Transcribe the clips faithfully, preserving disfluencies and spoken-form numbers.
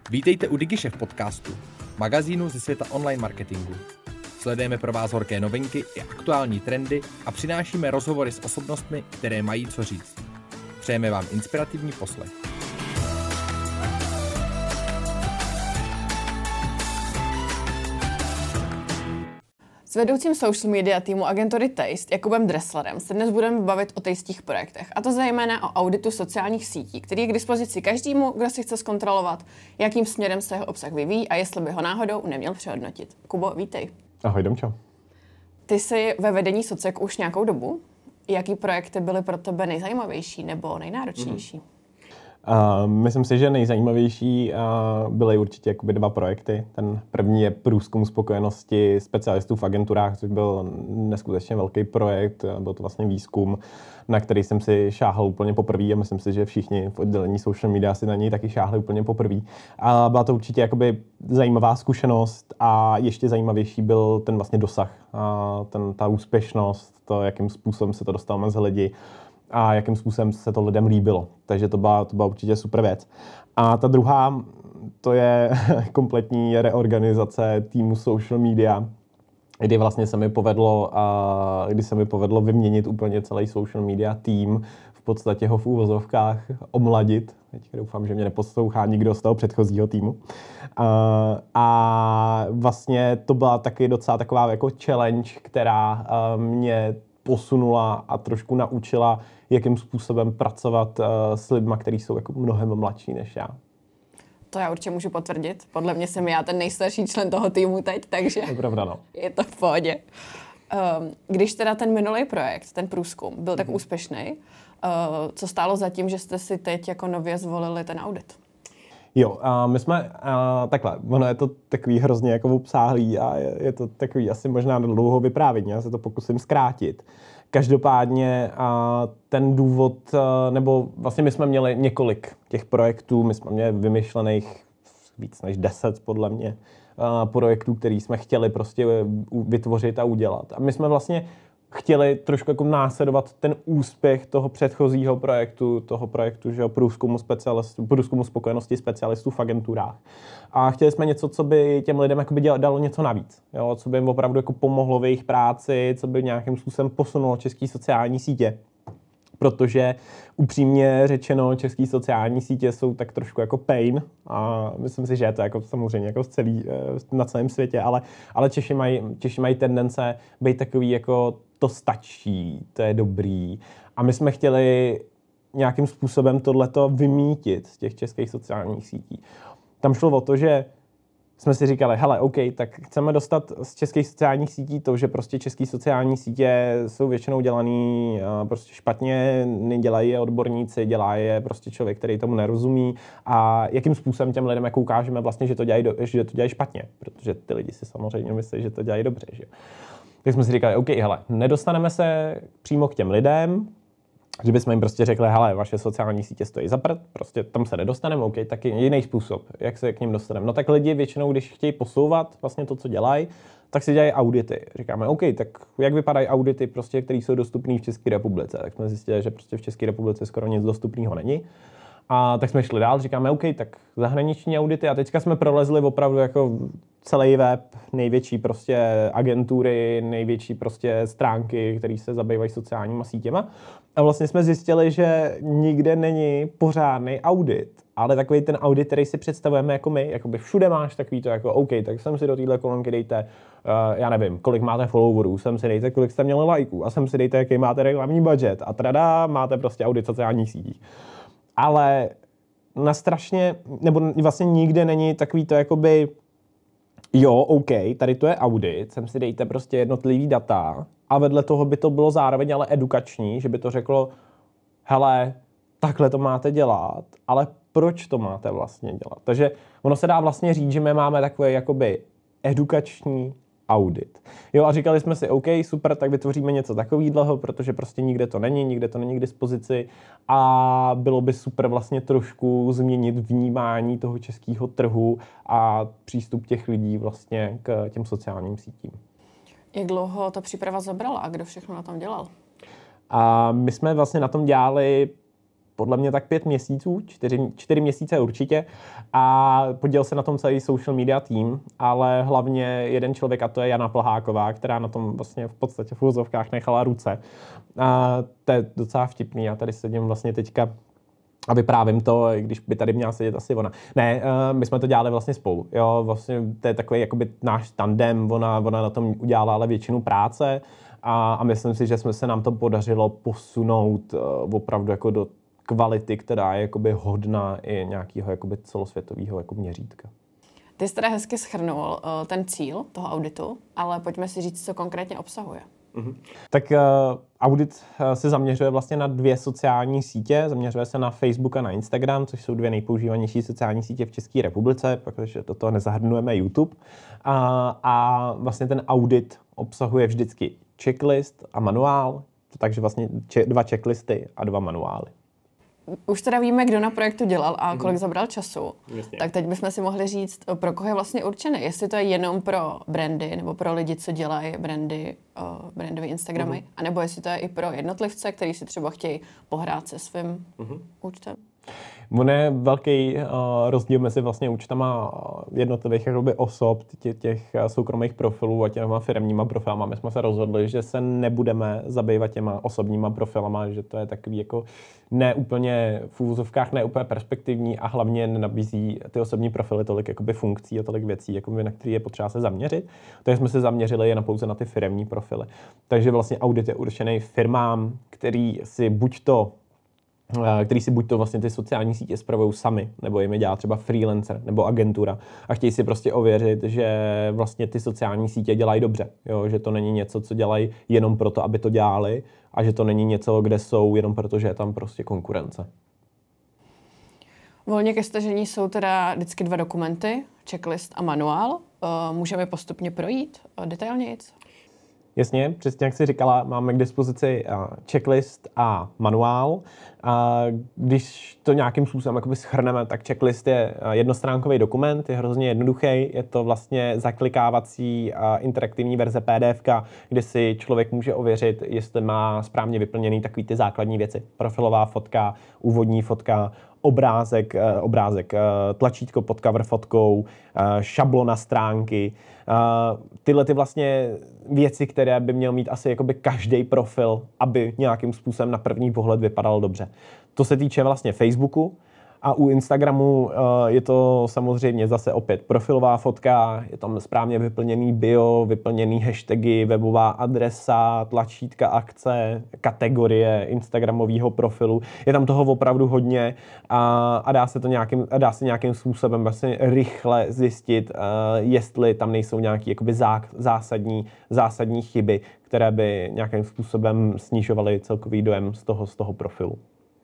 Vítejte u DigiShef podcastu, magazínu ze světa online marketingu. Sledujeme pro vás horké novinky i aktuální trendy a přinášíme rozhovory s osobnostmi, které mají co říct. Přejeme vám inspirativní poslech. S vedoucím social media týmu agentury Taste Jakubem Dresslerem se dnes budeme bavit o tastých projektech, a to zejména o auditu sociálních sítí, který je k dispozici každému, kdo si chce zkontrolovat, jakým směrem se jeho obsah vyvíjí a jestli by ho náhodou neměl přehodnotit. Kubo, vítej. Ahoj, Domčo. Ty jsi ve vedení Socek už nějakou dobu. Jaký projekty byly pro tebe nejzajímavější nebo nejnáročnější? Mm. Uh, myslím si, že nejzajímavější uh, byly určitě jakoby dva projekty. Ten první je průzkum spokojenosti specialistů v agenturách, což byl neskutečně velký projekt. Byl to vlastně výzkum, na který jsem si šáhl úplně poprvé a myslím si, že všichni v oddělení social media si na něj taky šáhli úplně poprvé. A byla to určitě jakoby zajímavá zkušenost a ještě zajímavější byl ten vlastně dosah, a ten, ta úspěšnost, to, jakým způsobem se to dostalo mezi lidi a jakým způsobem se to lidem líbilo. Takže to byla, to byla určitě super věc. A ta druhá, to je kompletní reorganizace týmu social media, kdy vlastně se mi povedlo, a kdy se mi povedlo vyměnit úplně celý social media tým, v podstatě ho v úvozovkách omladit. Teď doufám, že mě neposlouchá nikdo z toho předchozího týmu. A, a vlastně to byla taky docela taková jako challenge, která mě posunula a trošku naučila, jakým způsobem pracovat uh, s lidma, kteří jsou jako mnohem mladší než já. To já určitě můžu potvrdit. Podle mě jsem já ten nejstarší člen toho týmu teď, takže je, pravda, no. Je to v pohodě. Um, když teda ten minulý projekt, ten průzkum, byl tak mm. úspěšný, uh, co stálo za tím, že jste si teď jako nově zvolili ten audit? Jo, a my jsme, a takhle, ono je to takový hrozně jako obsáhlý a je, je to takový asi možná dlouho vyprávění, já se to pokusím zkrátit. Každopádně a ten důvod, nebo vlastně my jsme měli několik těch projektů, my jsme měli vymyšlených víc než deset podle mě projektů, který jsme chtěli prostě vytvořit a udělat. A my jsme vlastně chtěli trošku jako následovat ten úspěch toho předchozího projektu, toho projektu, že průzkumu specialistů, průzkumu spokojenosti specialistů v agenturách. A chtěli jsme něco, co by těm lidem jakoby dalo něco navíc, jo? Co by jim opravdu jako pomohlo v jejich práci, co by nějakým způsobem posunulo české sociální sítě. Protože upřímně řečeno, české sociální sítě jsou tak trošku jako pain a myslím si, že je to jako samozřejmě jako celý, na celém světě, ale, ale Češi mají, Češi mají tendence být takový jako to stačí, to je dobrý. A my jsme chtěli nějakým způsobem tohleto vymítit z těch českých sociálních sítí. Tam šlo o to, že jsme si říkali, hele, OK, tak chceme dostat z českých sociálních sítí to, že prostě české sociální sítě jsou většinou dělaný prostě špatně, nedělají je odborníci, dělá je prostě člověk, který tomu nerozumí a jakým způsobem těm lidem jako ukážeme vlastně, že to dělají, do, že to dělají špatně, protože ty lidi si samozřejmě myslí, že to dělají dobře, že? Tak jsme si říkali, OK, hele, nedostaneme se přímo k těm lidem, že bychom jim prostě řekli, hele, vaše sociální sítě stojí za prd, prostě tam se nedostaneme, OK, tak je jiný způsob, jak se k ním dostaneme. No tak lidi většinou, když chtějí posouvat vlastně to, co dělají, tak si dělají audity. Říkáme, OK, tak jak vypadají audity, prostě, které jsou dostupné v České republice? Tak jsme zjistili, že prostě v České republice skoro nic dostupného není. A tak jsme šli dál, říkáme, OK, tak zahraniční audity a teďka jsme prolezli opravdu jako celý web, největší prostě agentury, největší prostě stránky, které se zabývají sociálníma sítěma. A vlastně jsme zjistili, že nikde není pořádný audit, ale takový ten audit, který si představujeme jako my, jakoby všude máš takový to jako OK, tak sem si do téhle kolonky dejte, uh, já nevím, kolik máte followerů, sem si dejte, kolik jste měli lajků a sem si dejte, jaký máte reklamní budget a tada, máte prostě audit sociálních sítí. Ale na strašně, nebo vlastně nikde není takový to jakoby, jo, OK, tady to je audit, sem si dejte prostě jednotlivý data a vedle toho by to bylo zároveň ale edukační, že by to řeklo, hele, takhle to máte dělat, ale proč to máte vlastně dělat? Takže ono se dá vlastně říct, že my máme takový jakoby edukační audit. Jo, a říkali jsme si, OK, super, tak vytvoříme něco takového, protože prostě nikde to není, nikde to není k dispozici a bylo by super vlastně trošku změnit vnímání toho českého trhu a přístup těch lidí vlastně k těm sociálním sítím. Jak dlouho ta příprava zabrala a kdo všechno na tom dělal? A my jsme vlastně na tom dělali podle mě tak pět měsíců, čtyři, čtyři měsíce určitě a podílel se na tom celý social media tým, ale hlavně jeden člověk a to je Jana Plháková, která na tom vlastně v podstatě v úvozovkách nechala ruce. A to je docela vtipný, já tady sedím vlastně teďka a vyprávím to, i když by tady měla sedět asi ona. Ne, uh, my jsme to dělali vlastně spolu, jo, vlastně to je takový jakoby náš tandem, ona, ona na tom udělala ale většinu práce a, a myslím si, že jsme se nám to podařilo posunout uh, opravdu jako do kvality, která je jakoby hodná i nějakého jakoby celosvětového jako měřítka. Ty jsi teda hezky shrnul uh, ten cíl toho auditu, ale pojďme si říct, co konkrétně obsahuje. Mm-hmm. Tak uh, audit uh, se zaměřuje vlastně na dvě sociální sítě, zaměřuje se na Facebook a na Instagram, což jsou dvě nejpoužívanější sociální sítě v České republice, protože do toho nezahrnujeme YouTube. A, a vlastně ten audit obsahuje vždycky checklist a manuál, takže vlastně če- dva checklisty a dva manuály. Už teda víme, kdo na projektu dělal a kolik zabral času. Jasně. Tak teď bychom si mohli říct, pro koho je vlastně určený. Jestli to je jenom pro brandy, nebo pro lidi, co dělají brandy, uh, brandové Instagramy, uh-huh. anebo jestli to je i pro jednotlivce, kteří si třeba chtějí pohrát se svým uh-huh. účtem. On je velký uh, rozdíl mezi vlastně účtama jednotlivých jakoby osob, těch, těch soukromých profilů a těma firemníma profilama. My jsme se rozhodli, že se nebudeme zabývat těma osobníma profilama, že to je takový jako ne úplně v úvozovkách, ne úplně perspektivní a hlavně nenabízí ty osobní profily tolik jakoby funkcí a tolik věcí, jakoby, na které je potřeba se zaměřit. Takže jsme se zaměřili jen pouze na ty firemní profily. Takže vlastně audit je určený firmám, který si buď to který si buď to vlastně ty sociální sítě spravují sami, nebo jim je dělá třeba freelancer nebo agentura a chtějí si prostě ověřit, že vlastně ty sociální sítě dělají dobře, jo? Že to není něco, co dělají jenom proto, aby to dělali a že to není něco, kde jsou jenom proto, že je tam prostě konkurence. Volně ke stažení jsou teda vždycky dva dokumenty, checklist a manuál. Můžeme postupně projít detailnějc? Jasně, přesně jak jsi říkala, máme k dispozici checklist a manuál. Když to nějakým způsobem jakoby shrneme, tak checklist je jednostránkový dokument, je hrozně jednoduchý, je to vlastně zaklikávací interaktivní verze P D F, kde si člověk může ověřit, jestli má správně vyplněný takový ty základní věci. Profilová fotka, úvodní fotka, obrázek, obrázek, tlačítko pod cover fotkou, šablona stránky. Tyhle ty vlastně věci, které by měl mít asi jakoby každý profil, aby nějakým způsobem na první pohled vypadal dobře. To se týče vlastně Facebooku a u Instagramu je to samozřejmě zase opět profilová fotka, je tam správně vyplněný bio, vyplněný hashtagy, webová adresa, tlačítka akce, kategorie instagramového profilu. Je tam toho opravdu hodně a, a dá se to nějakým, dá se nějakým způsobem vlastně rychle zjistit, jestli tam nejsou nějaké jakoby zásadní, zásadní chyby, které by nějakým způsobem snižovaly celkový dojem z toho, z toho profilu.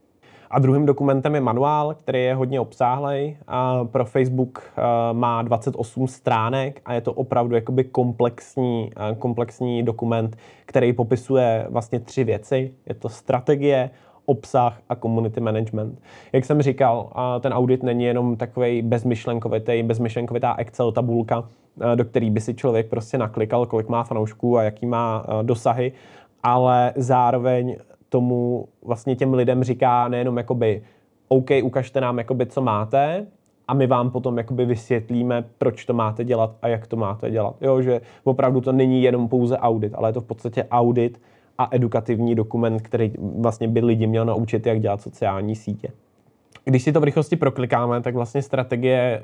A druhým dokumentem je manuál, který je hodně obsáhlej. A pro Facebook má dvacet osm stránek a je to opravdu jakoby komplexní, komplexní dokument, který popisuje vlastně tři věci. Je to strategie, obsah a community management. Jak jsem říkal, ten audit není jenom takovej bezmyšlenkovitý, bezmyšlenkovitá Excel tabulka, do který by si člověk prostě naklikal, kolik má fanoušků a jaký má dosahy, ale zároveň tomu vlastně těm lidem říká nejenom jakoby OK, ukažte nám jakoby, co máte a my vám potom jakoby vysvětlíme, proč to máte dělat a jak to máte dělat. Jo, že opravdu to není jenom pouze audit, ale je to v podstatě audit a edukativní dokument, který vlastně by lidi měl naučit, jak dělat sociální sítě. Když si to v rychlosti proklikáme, tak vlastně strategie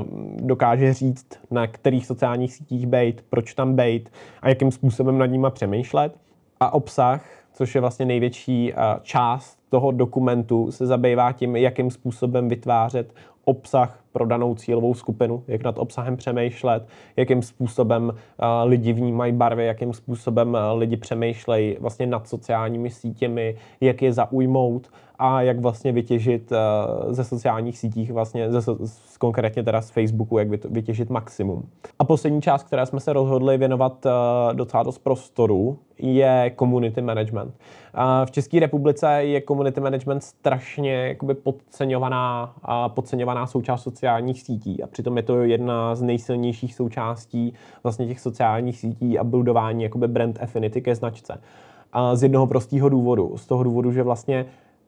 dokáže říct, na kterých sociálních sítích bejt, proč tam bejt a jakým způsobem nad nima přemýšlet. A obsah, což je vlastně největší část toho dokumentu, se zabývá tím, jakým způsobem vytvářet obsah pro danou cílovou skupinu, jak nad obsahem přemýšlet, jakým způsobem lidi vnímají barvy, jakým způsobem lidi přemýšlejí vlastně nad sociálními sítěmi, jak je zaujmout a jak vlastně vytěžit ze sociálních sítích, vlastně ze, konkrétně teda z Facebooku, jak vytěžit maximum. A poslední část, které jsme se rozhodli věnovat docela dost prostoru, je community management. V České republice je community management strašně jakoby podceňovaná, podceňovaná součást sociálních sítí a přitom je to jedna z nejsilnějších součástí vlastně těch sociálních sítí a budování jakoby brand affinity ke značce. A z jednoho prostého důvodu, z toho důvodu, že vlastně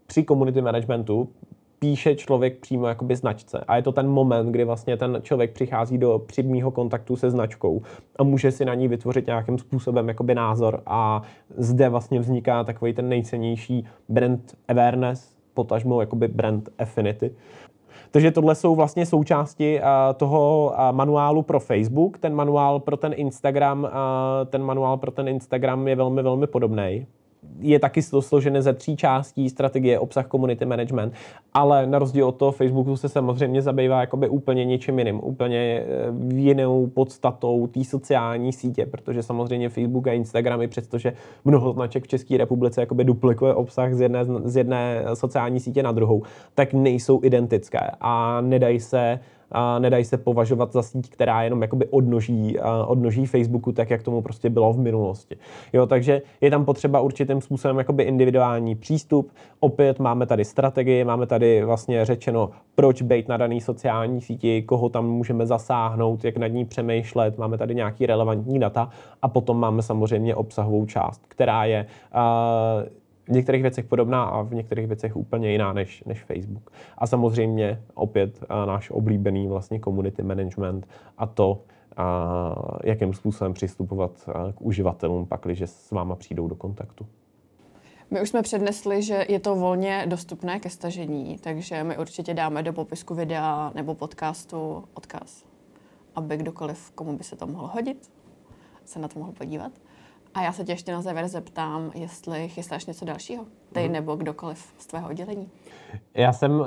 při community managementu píše člověk přímo jakoby značce. A je to ten moment, kdy vlastně ten člověk přichází do přímého kontaktu se značkou a může si na ní vytvořit nějakým způsobem jakoby názor. A zde vlastně vzniká takový ten nejcennější brand awareness, potažmo jakoby brand affinity. Takže tohle jsou vlastně součásti uh, toho uh, manuálu pro Facebook. Ten manuál pro ten Instagram, uh, ten manuál pro ten Instagram je velmi, velmi podobný. Je taky složené ze tří částí, strategie, obsah, community management, ale na rozdíl od toho Facebooku se samozřejmě zabývá jakoby úplně něčím jiným, úplně jinou podstatou té sociální sítě, protože samozřejmě Facebook a Instagram, i přestože mnoho značek v České republice jakoby duplikuje obsah z jedné, z jedné sociální sítě na druhou, tak nejsou identické a nedají se a nedají se považovat za síť, která jenom jakoby odnoží, odnoží Facebooku, tak jak tomu prostě bylo v minulosti. Jo, takže je tam potřeba určitým způsobem jakoby individuální přístup. Opět máme tady strategii, máme tady vlastně řečeno, proč být na daný sociální síti, koho tam můžeme zasáhnout, jak nad ní přemýšlet, máme tady nějaký relevantní data a potom máme samozřejmě obsahovou část, která je uh, v některých věcech podobná a v některých věcech úplně jiná než, než Facebook. A samozřejmě opět a náš oblíbený vlastně community management a to, a jakým způsobem přistupovat k uživatelům, pakliže s váma přijdou do kontaktu. My už jsme přednesli, že je to volně dostupné ke stažení, takže my určitě dáme do popisku videa nebo podcastu odkaz, aby kdokoliv, komu by se to mohlo hodit, se na to mohl podívat. A já se tě ještě na závěr zeptám, jestli chystáš něco dalšího, ty hmm. nebo kdokoliv z tvého oddělení. Já jsem, uh,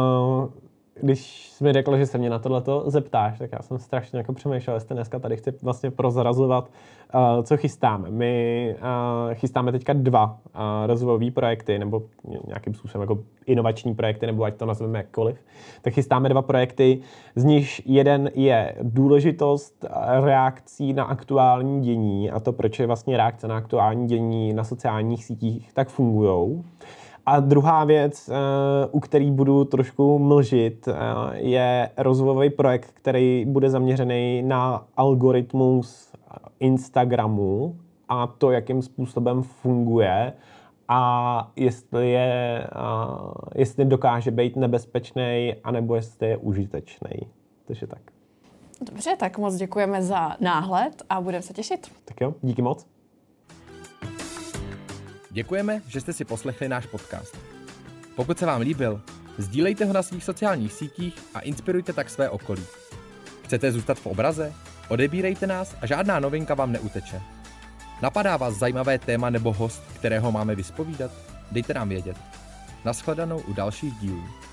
když jsi mi řekl, že se mě na tohleto zeptáš, tak já jsem strašně jako přemýšlel, jestli dneska tady chci vlastně prozrazovat, uh, co chystáme. My uh, chystáme teďka dva uh, rozvojové projekty, nebo nějakým způsobem jako inovační projekty, nebo ať to nazveme jakkoliv. Tak chystáme dva projekty, z nich jeden je důležitost reakcí na aktuální dění a to, proč je vlastně reakce na aktuální dění na sociálních sítích tak fungujou. A druhá věc, u který budu trošku mlžit, je rozvojový projekt, který bude zaměřený na algoritmus Instagramu a to, jakým způsobem funguje a jestli, je, jestli dokáže být nebezpečný, anebo jestli je užitečný. Takže tak. Dobře, tak moc děkujeme za náhled a budeme se těšit. Tak jo, díky moc. Děkujeme, že jste si poslechli náš podcast. Pokud se vám líbil, sdílejte ho na svých sociálních sítích a inspirujte tak své okolí. Chcete zůstat v obraze? Odebírejte nás a žádná novinka vám neuteče. Napadá vás zajímavé téma nebo host, kterého máme vyspovídat? Dejte nám vědět. Nashledanou u dalších dílů.